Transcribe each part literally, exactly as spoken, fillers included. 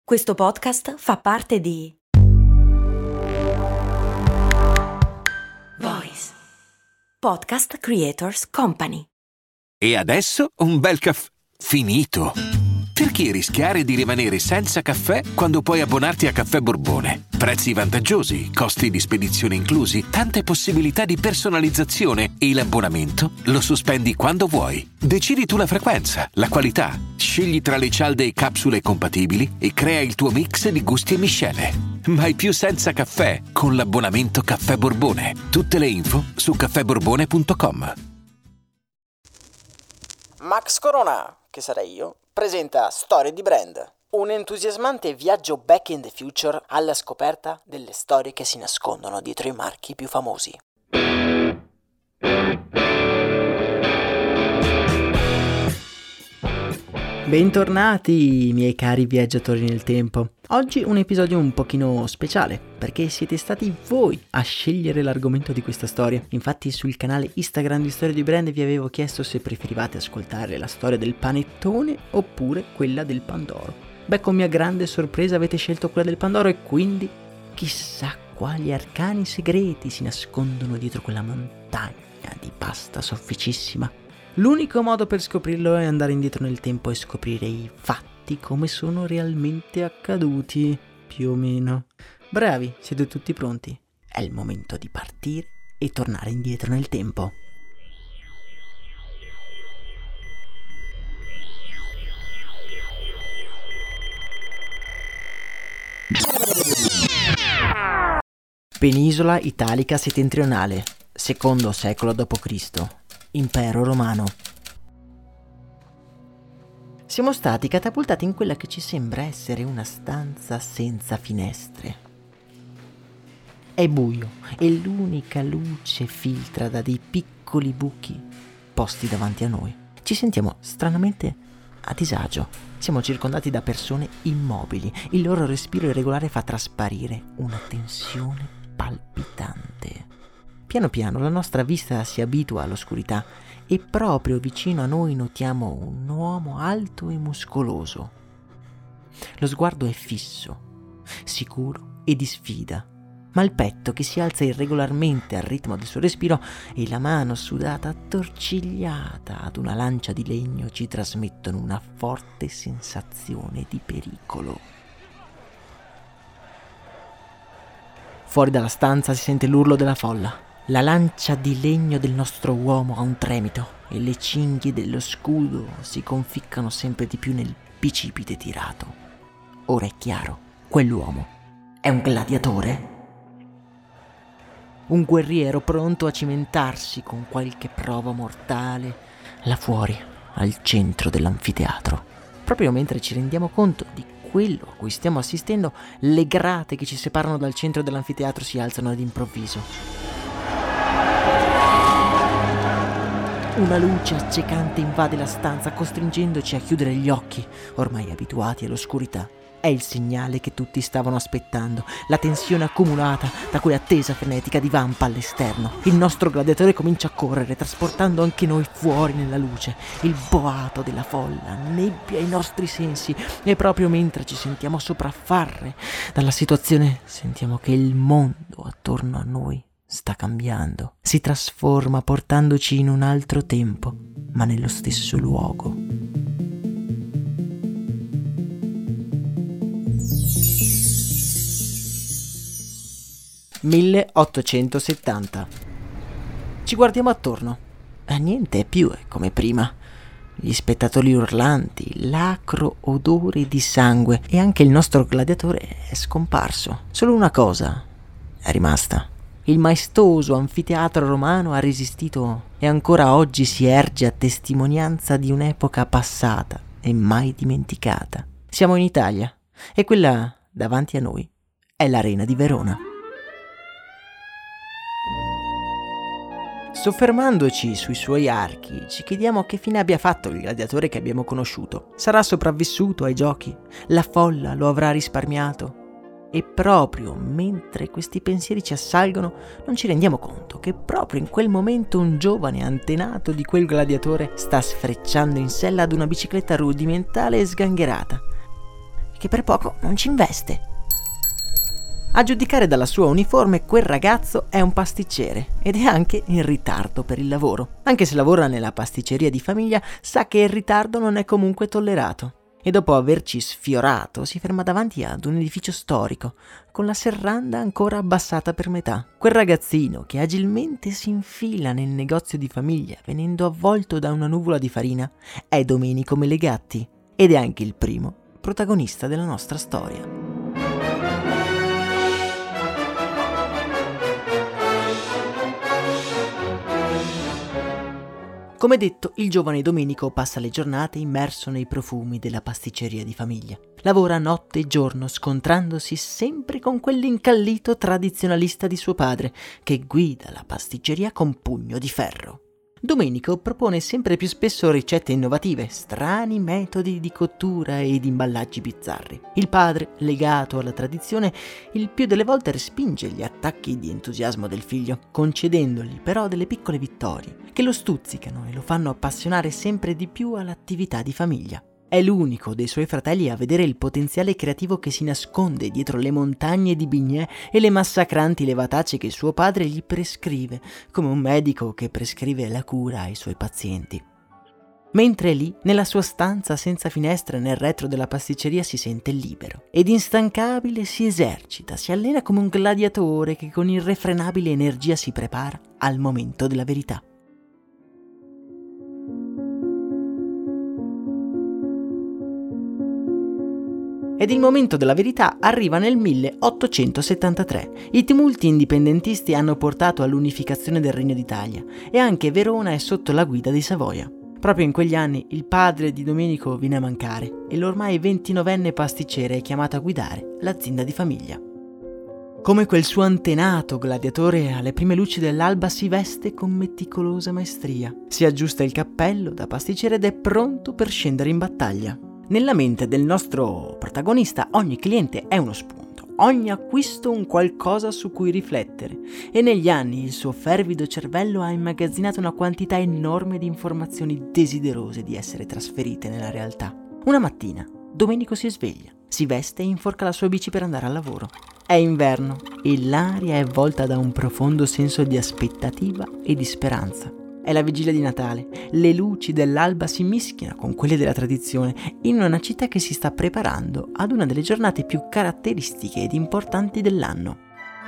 Questo podcast fa parte di Voice Podcast Creators Company. E adesso un bel caffè finito. Perché rischiare di rimanere senza caffè quando puoi abbonarti a Caffè Borbone? Prezzi vantaggiosi, costi di spedizione inclusi, tante possibilità di personalizzazione e l'abbonamento lo sospendi quando vuoi. Decidi tu la frequenza, la qualità, scegli tra le cialde e capsule compatibili e crea il tuo mix di gusti e miscele. Mai più senza caffè con l'abbonamento Caffè Borbone. Tutte le info su caffè borbone punto com. Max Corona, che sarei io, presenta Storie di Brand, un entusiasmante viaggio back in the future alla scoperta delle storie che si nascondono dietro i marchi più famosi. Bentornati miei cari viaggiatori nel tempo. Oggi un episodio un pochino speciale, perché siete stati voi a scegliere l'argomento di questa storia. Infatti sul canale Instagram di Storie di Brand vi avevo chiesto se preferivate ascoltare la storia del panettone oppure quella del Pandoro. Beh, con mia grande sorpresa avete scelto quella del Pandoro e quindi chissà quali arcani segreti si nascondono dietro quella montagna di pasta sofficissima. L'unico modo per scoprirlo è andare indietro nel tempo e scoprire i fatti come sono realmente accaduti, più o meno. Bravi, siete tutti pronti? È il momento di partire e tornare indietro nel tempo. Penisola italica settentrionale, secondo secolo dopo Cristo. Impero romano. Siamo stati catapultati in quella che ci sembra essere una stanza senza finestre. È buio e l'unica luce filtra da dei piccoli buchi posti davanti a noi. Ci sentiamo stranamente a disagio. Siamo circondati da persone immobili. Il loro respiro irregolare fa trasparire una tensione palpitante. Piano piano la nostra vista si abitua all'oscurità e proprio vicino a noi notiamo un uomo alto e muscoloso. Lo sguardo è fisso, sicuro e di sfida, ma il petto che si alza irregolarmente al ritmo del suo respiro e la mano sudata attorcigliata ad una lancia di legno ci trasmettono una forte sensazione di pericolo. Fuori dalla stanza si sente l'urlo della folla. La lancia di legno del nostro uomo ha un tremito e le cinghie dello scudo si conficcano sempre di più nel bicipite tirato. Ora è chiaro, quell'uomo è un gladiatore? Un guerriero pronto a cimentarsi con qualche prova mortale là fuori, al centro dell'anfiteatro. Proprio mentre ci rendiamo conto di quello a cui stiamo assistendo, le grate che ci separano dal centro dell'anfiteatro si alzano ad improvviso. Una luce accecante invade la stanza, costringendoci a chiudere gli occhi, ormai abituati all'oscurità. È il segnale che tutti stavano aspettando, la tensione accumulata da quell'attesa frenetica divampa all'esterno. Il nostro gladiatore comincia a correre, trasportando anche noi fuori nella luce. Il boato della folla nebbia i nostri sensi e proprio mentre ci sentiamo sopraffare dalla situazione, sentiamo che il mondo attorno a noi sta cambiando, si trasforma portandoci in un altro tempo, ma nello stesso luogo. milleottocentosettanta. Ci guardiamo attorno. E niente più è come prima. Gli spettatori urlanti, l'acro odore di sangue e anche il nostro gladiatore è scomparso. Solo una cosa è rimasta. Il maestoso anfiteatro romano ha resistito e ancora oggi si erge a testimonianza di un'epoca passata e mai dimenticata. Siamo in Italia e quella davanti a noi è l'Arena di Verona. Soffermandoci sui suoi archi, ci chiediamo che fine abbia fatto il gladiatore che abbiamo conosciuto. Sarà sopravvissuto ai giochi? La folla lo avrà risparmiato? E proprio mentre questi pensieri ci assalgono, non ci rendiamo conto che proprio in quel momento un giovane antenato di quel gladiatore sta sfrecciando in sella ad una bicicletta rudimentale e sgangherata. che per poco non ci investe. A giudicare dalla sua uniforme, quel ragazzo è un pasticcere ed è anche in ritardo per il lavoro. Anche se lavora nella pasticceria di famiglia, sa che il ritardo non è comunque tollerato. E dopo averci sfiorato si ferma davanti ad un edificio storico, con la serranda ancora abbassata per metà. Quel ragazzino che agilmente si infila nel negozio di famiglia, venendo avvolto da una nuvola di farina, è Domenico Melegatti ed è anche il primo protagonista della nostra storia. Come detto, il giovane Domenico passa le giornate immerso nei profumi della pasticceria di famiglia. Lavora notte e giorno, scontrandosi sempre con quell'incallito tradizionalista di suo padre, che guida la pasticceria con pugno di ferro. Domenico propone sempre più spesso ricette innovative, strani metodi di cottura ed imballaggi bizzarri. Il padre, legato alla tradizione, il più delle volte respinge gli attacchi di entusiasmo del figlio, concedendogli però delle piccole vittorie che lo stuzzicano e lo fanno appassionare sempre di più all'attività di famiglia. È l'unico dei suoi fratelli a vedere il potenziale creativo che si nasconde dietro le montagne di bignè e le massacranti levatacce che suo padre gli prescrive, come un medico che prescrive la cura ai suoi pazienti. Mentre lì, nella sua stanza senza finestre nel retro della pasticceria, si sente libero ed instancabile, si esercita, si allena come un gladiatore che con irrefrenabile energia si prepara al momento della verità. Ed il momento della verità arriva nel milleottocentosettantatré. I tumulti indipendentisti hanno portato all'unificazione del Regno d'Italia e anche Verona è sotto la guida dei Savoia. Proprio in quegli anni il padre di Domenico viene a mancare e l'ormai ventinovenne pasticcere è chiamato a guidare l'azienda di famiglia. Come quel suo antenato gladiatore, alle prime luci dell'alba si veste con meticolosa maestria, si aggiusta il cappello da pasticcere ed è pronto per scendere in battaglia. Nella mente del nostro protagonista ogni cliente è uno spunto, ogni acquisto un qualcosa su cui riflettere e negli anni il suo fervido cervello ha immagazzinato una quantità enorme di informazioni desiderose di essere trasferite nella realtà. Una mattina Domenico si sveglia, si veste e inforca la sua bici per andare al lavoro. È inverno e l'aria è avvolta da un profondo senso di aspettativa e di speranza. È la vigilia di Natale, le luci dell'alba si mischiano con quelle della tradizione in una città che si sta preparando ad una delle giornate più caratteristiche ed importanti dell'anno.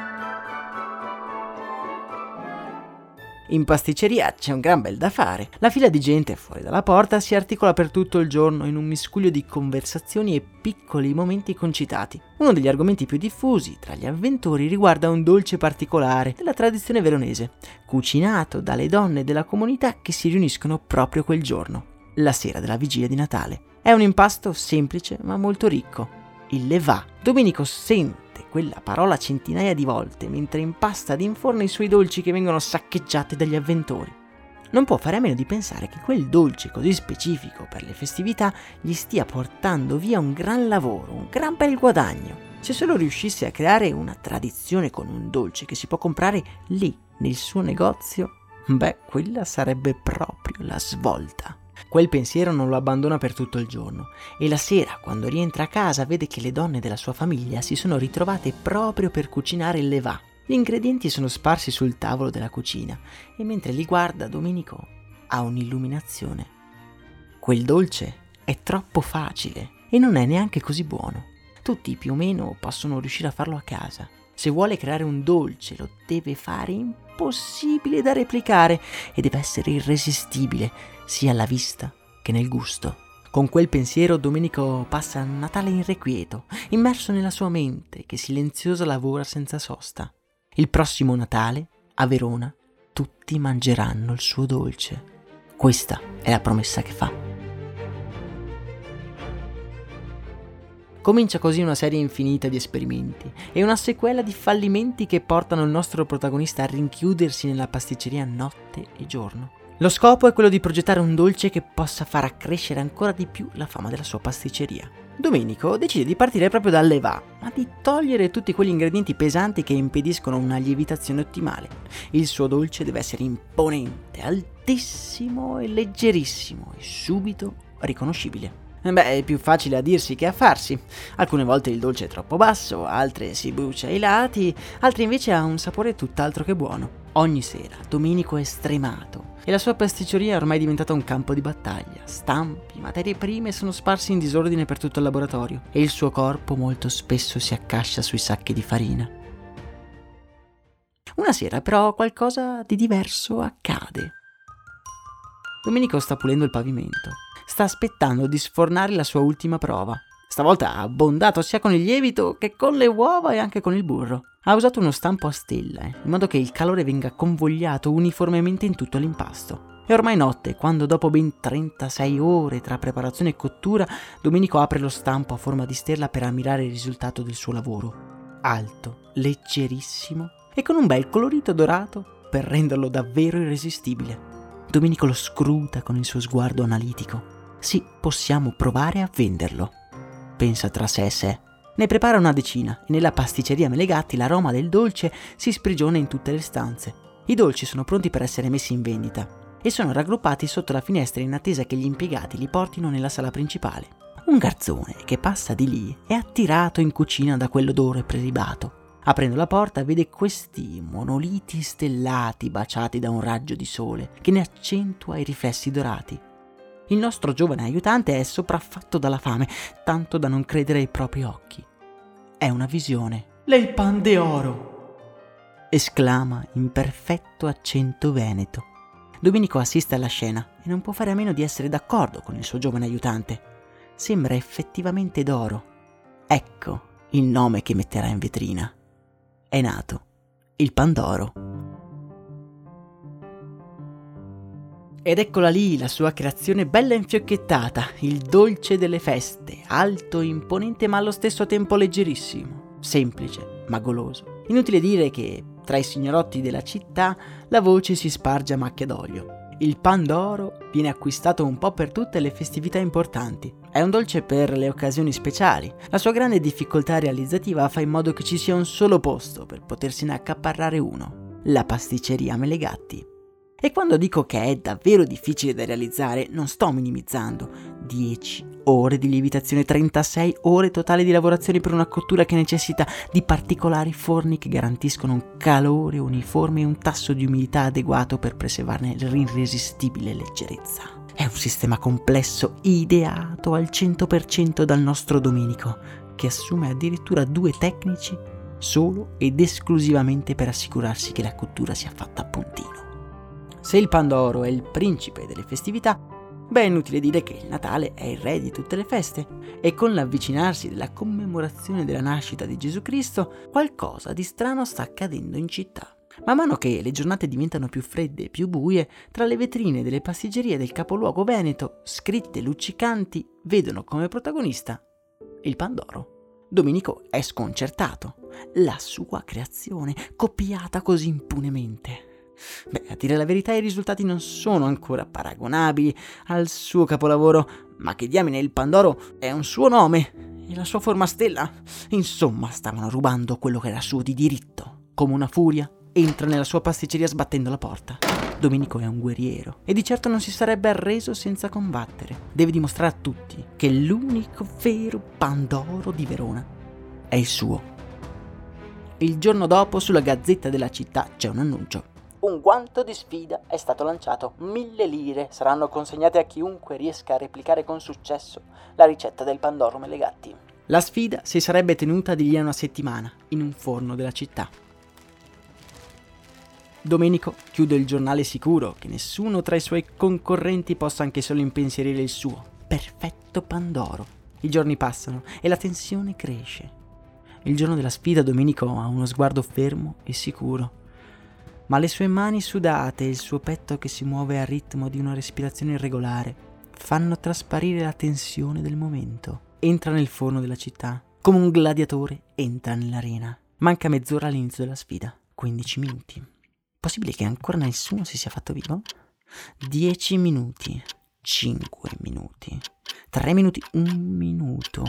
In pasticceria c'è un gran bel da fare. La fila di gente fuori dalla porta si articola per tutto il giorno in un miscuglio di conversazioni e piccoli momenti concitati. Uno degli argomenti più diffusi tra gli avventori riguarda un dolce particolare della tradizione veronese, cucinato dalle donne della comunità che si riuniscono proprio quel giorno, la sera della vigilia di Natale. È un impasto semplice ma molto ricco, il levà. Domenico sente quella parola centinaia di volte mentre impasta ed inforna i suoi dolci che vengono saccheggiati dagli avventori. Non può fare a meno di pensare che quel dolce così specifico per le festività gli stia portando via un gran lavoro, un gran bel guadagno. Se solo riuscisse a creare una tradizione con un dolce che si può comprare lì, nel suo negozio, beh, quella sarebbe proprio la svolta. Quel pensiero non lo abbandona per tutto il giorno e la sera, quando rientra a casa, vede che le donne della sua famiglia si sono ritrovate proprio per cucinare il levà. Gli ingredienti sono sparsi sul tavolo della cucina e mentre li guarda Domenico ha un'illuminazione. Quel dolce è troppo facile e non è neanche così buono. Tutti più o meno possono riuscire a farlo a casa. Se vuole creare un dolce lo deve fare impossibile da replicare e deve essere irresistibile sia alla vista che nel gusto. Con quel pensiero Domenico passa Natale irrequieto, immerso nella sua mente che silenziosa lavora senza sosta. Il prossimo Natale, a Verona, tutti mangeranno il suo dolce. Questa è la promessa che fa. Comincia così una serie infinita di esperimenti e una sequela di fallimenti che portano il nostro protagonista a rinchiudersi nella pasticceria notte e giorno. Lo scopo è quello di progettare un dolce che possa far accrescere ancora di più la fama della sua pasticceria. Domenico decide di partire proprio dal levà, ma di togliere tutti quegli ingredienti pesanti che impediscono una lievitazione ottimale. Il suo dolce deve essere imponente, altissimo e leggerissimo e subito riconoscibile. Beh, è più facile a dirsi che a farsi. Alcune volte il dolce è troppo basso, altre si brucia ai lati, altre invece ha un sapore tutt'altro che buono. Ogni sera Domenico è stremato e la sua pasticceria è ormai diventata un campo di battaglia. Stampi, materie prime sono sparsi in disordine per tutto il laboratorio e il suo corpo molto spesso si accascia sui sacchi di farina. Una sera però qualcosa di diverso accade. Domenico sta pulendo il pavimento. Sta aspettando di sfornare la sua ultima prova. Stavolta ha abbondato sia con il lievito che con le uova e anche con il burro. Ha usato uno stampo a stella, eh, in modo che il calore venga convogliato uniformemente in tutto l'impasto. È ormai notte, quando dopo ben trentasei ore tra preparazione e cottura, Domenico apre lo stampo a forma di stella per ammirare il risultato del suo lavoro. Alto, leggerissimo e con un bel colorito dorato per renderlo davvero irresistibile. Domenico lo scruta con il suo sguardo analitico. Sì, possiamo provare a venderlo, pensa tra sé e sé. Ne prepara una decina e nella pasticceria Melegatti l'aroma del dolce si sprigiona in tutte le stanze. I dolci sono pronti per essere messi in vendita e sono raggruppati sotto la finestra in attesa che gli impiegati li portino nella sala principale. Un garzone che passa di lì è attirato in cucina da quell'odore prelibato. Aprendo la porta vede questi monoliti stellati baciati da un raggio di sole che ne accentua i riflessi dorati. Il nostro giovane aiutante è sopraffatto dalla fame, tanto da non credere ai propri occhi. È una visione. «Il pan d'oro!» esclama in perfetto accento veneto. Domenico assiste alla scena e non può fare a meno di essere d'accordo con il suo giovane aiutante. Sembra effettivamente d'oro. Ecco il nome che metterà in vetrina. È nato il Pandoro. Ed eccola lì la sua creazione bella infiocchettata, il dolce delle feste, alto e imponente ma allo stesso tempo leggerissimo, semplice ma goloso. Inutile dire che tra i signorotti della città la voce si sparge a macchia d'olio. Il Pandoro viene acquistato un po' per tutte le festività importanti. È un dolce per le occasioni speciali. La sua grande difficoltà realizzativa fa in modo che ci sia un solo posto per potersene accaparrare uno: la pasticceria Melegatti. E quando dico che è davvero difficile da realizzare, non sto minimizzando. dieci ore di lievitazione, trentasei ore totali di lavorazione per una cottura che necessita di particolari forni che garantiscono un calore uniforme e un tasso di umidità adeguato per preservarne l'irresistibile leggerezza. È un sistema complesso ideato al cento per cento dal nostro Domenico, che assume addirittura due tecnici solo ed esclusivamente per assicurarsi che la cottura sia fatta a puntino. Se il Pandoro è il principe delle festività, beh, è inutile dire che il Natale è il re di tutte le feste, e con l'avvicinarsi della commemorazione della nascita di Gesù Cristo, qualcosa di strano sta accadendo in città. Man mano che le giornate diventano più fredde e più buie, tra le vetrine delle pasticcerie del capoluogo veneto, scritte luccicanti vedono come protagonista il Pandoro. Domenico è sconcertato. La sua creazione, copiata così impunemente. Beh, a dire la verità i risultati non sono ancora paragonabili al suo capolavoro, ma che diamine, il Pandoro è un suo nome e la sua forma a stella. Insomma, stavano rubando quello che era suo di diritto. Come una furia, entra nella sua pasticceria sbattendo la porta. Domenico è un guerriero e di certo non si sarebbe arreso senza combattere. Deve dimostrare a tutti che l'unico vero Pandoro di Verona è il suo. Il giorno dopo, sulla Gazzetta della città c'è un annuncio. Un guanto di sfida è stato lanciato. Mille lire saranno consegnate a chiunque riesca a replicare con successo la ricetta del Pandoro Melegatti. La sfida si sarebbe tenuta di lì a una settimana, in un forno della città. Domenico chiude il giornale sicuro che nessuno tra i suoi concorrenti possa anche solo impensierire il suo perfetto Pandoro. I giorni passano e la tensione cresce. Il giorno della sfida Domenico ha uno sguardo fermo e sicuro. Ma le sue mani sudate e il suo petto che si muove al ritmo di una respirazione irregolare fanno trasparire la tensione del momento. Entra nel forno della città, come un gladiatore entra nell'arena. Manca mezz'ora all'inizio della sfida, quindici minuti. Possibile che ancora nessuno si sia fatto vivo? dieci minuti, cinque minuti, tre minuti, un minuto.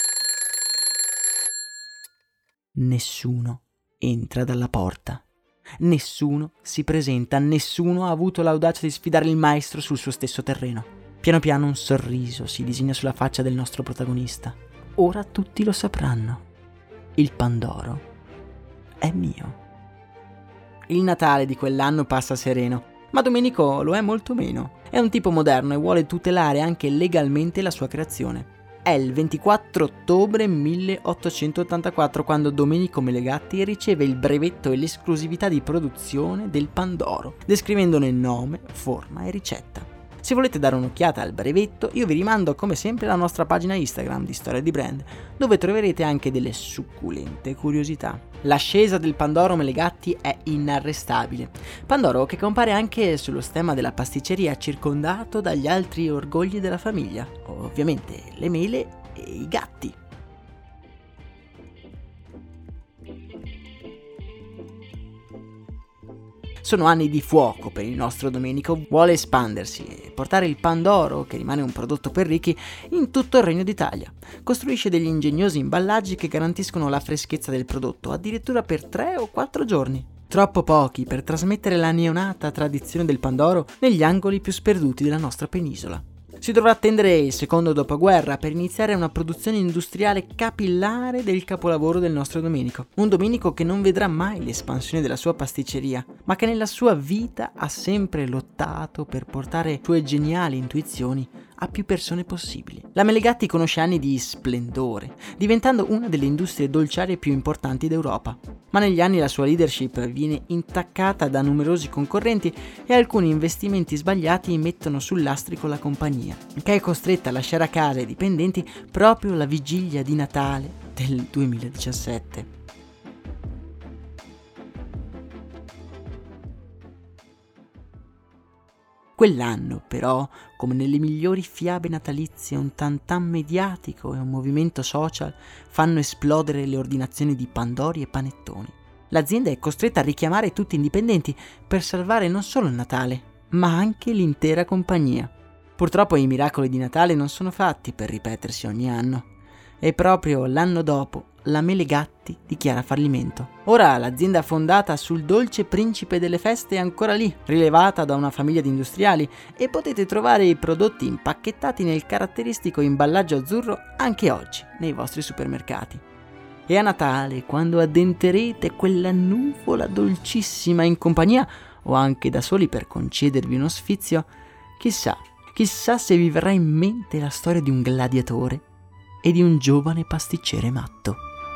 Nessuno entra dalla porta. Nessuno si presenta, nessuno ha avuto l'audacia di sfidare il maestro sul suo stesso terreno. Piano piano un sorriso si disegna sulla faccia del nostro protagonista. Ora tutti lo sapranno. Il Pandoro è mio. Il Natale di quell'anno passa sereno, ma Domenico lo è molto meno. È un tipo moderno e vuole tutelare anche legalmente la sua creazione. È il ventiquattro ottobre milleottocentottantaquattro quando Domenico Melegatti riceve il brevetto e l'esclusività di produzione del Pandoro, descrivendone nome, forma e ricetta. Se volete dare un'occhiata al brevetto, io vi rimando come sempre alla nostra pagina Instagram di Storia di Brand, dove troverete anche delle succulente curiosità. L'ascesa del Pandoro Melegatti è inarrestabile. Pandoro che compare anche sullo stemma della pasticceria, circondato dagli altri orgogli della famiglia, ovviamente le mele e i gatti. Sono anni di fuoco per il nostro Domenico, vuole espandersi e portare il Pandoro, che rimane un prodotto per ricchi, in tutto il Regno d'Italia. Costruisce degli ingegnosi imballaggi che garantiscono la freschezza del prodotto, addirittura per tre o quattro giorni. Troppo pochi per trasmettere la neonata tradizione del Pandoro negli angoli più sperduti della nostra penisola. Si dovrà attendere il secondo dopoguerra per iniziare una produzione industriale capillare del capolavoro del nostro Domenico. Un Domenico che non vedrà mai l'espansione della sua pasticceria, ma che nella sua vita ha sempre lottato per portare sue geniali intuizioni a più persone possibili. La Melegatti conosce anni di splendore, diventando una delle industrie dolciarie più importanti d'Europa. Ma negli anni la sua leadership viene intaccata da numerosi concorrenti e alcuni investimenti sbagliati mettono sul lastrico la compagnia, che è costretta a lasciare a casa i dipendenti proprio la vigilia di Natale del duemiladiciassette. Quell'anno, però, come nelle migliori fiabe natalizie, un tantan mediatico e un movimento social fanno esplodere le ordinazioni di pandori e panettoni. L'azienda è costretta a richiamare tutti i dipendenti per salvare non solo il Natale, ma anche l'intera compagnia. Purtroppo i miracoli di Natale non sono fatti per ripetersi ogni anno. E proprio l'anno dopo la Melegatti dichiara fallimento. Ora l'azienda fondata sul dolce principe delle feste è ancora lì, rilevata da una famiglia di industriali, e potete trovare i prodotti impacchettati nel caratteristico imballaggio azzurro anche oggi nei vostri supermercati. E a Natale, quando addenterete quella nuvola dolcissima in compagnia o anche da soli per concedervi uno sfizio, chissà, chissà se vi verrà in mente la storia di un gladiatore e di un giovane pasticcere matto.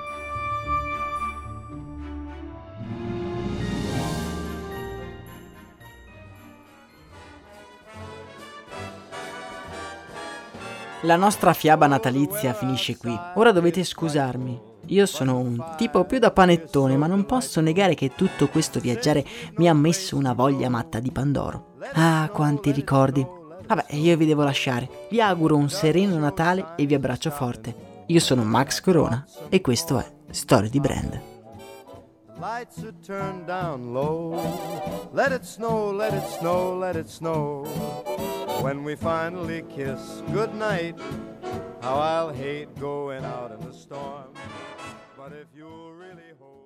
La nostra fiaba natalizia finisce qui. Ora dovete scusarmi. Io sono un tipo più da panettone, ma non posso negare che tutto questo viaggiare mi ha messo una voglia matta di Pandoro. Ah, quanti ricordi. Vabbè, io vi devo lasciare. Vi auguro un sereno Natale e vi abbraccio forte. Io sono Max Corona e questo è Storie di Brand. Lights are turned down low. Let it snow, let it snow, let it snow. When we finally kiss goodnight, how I'll hate going out in the storm. But if you really hold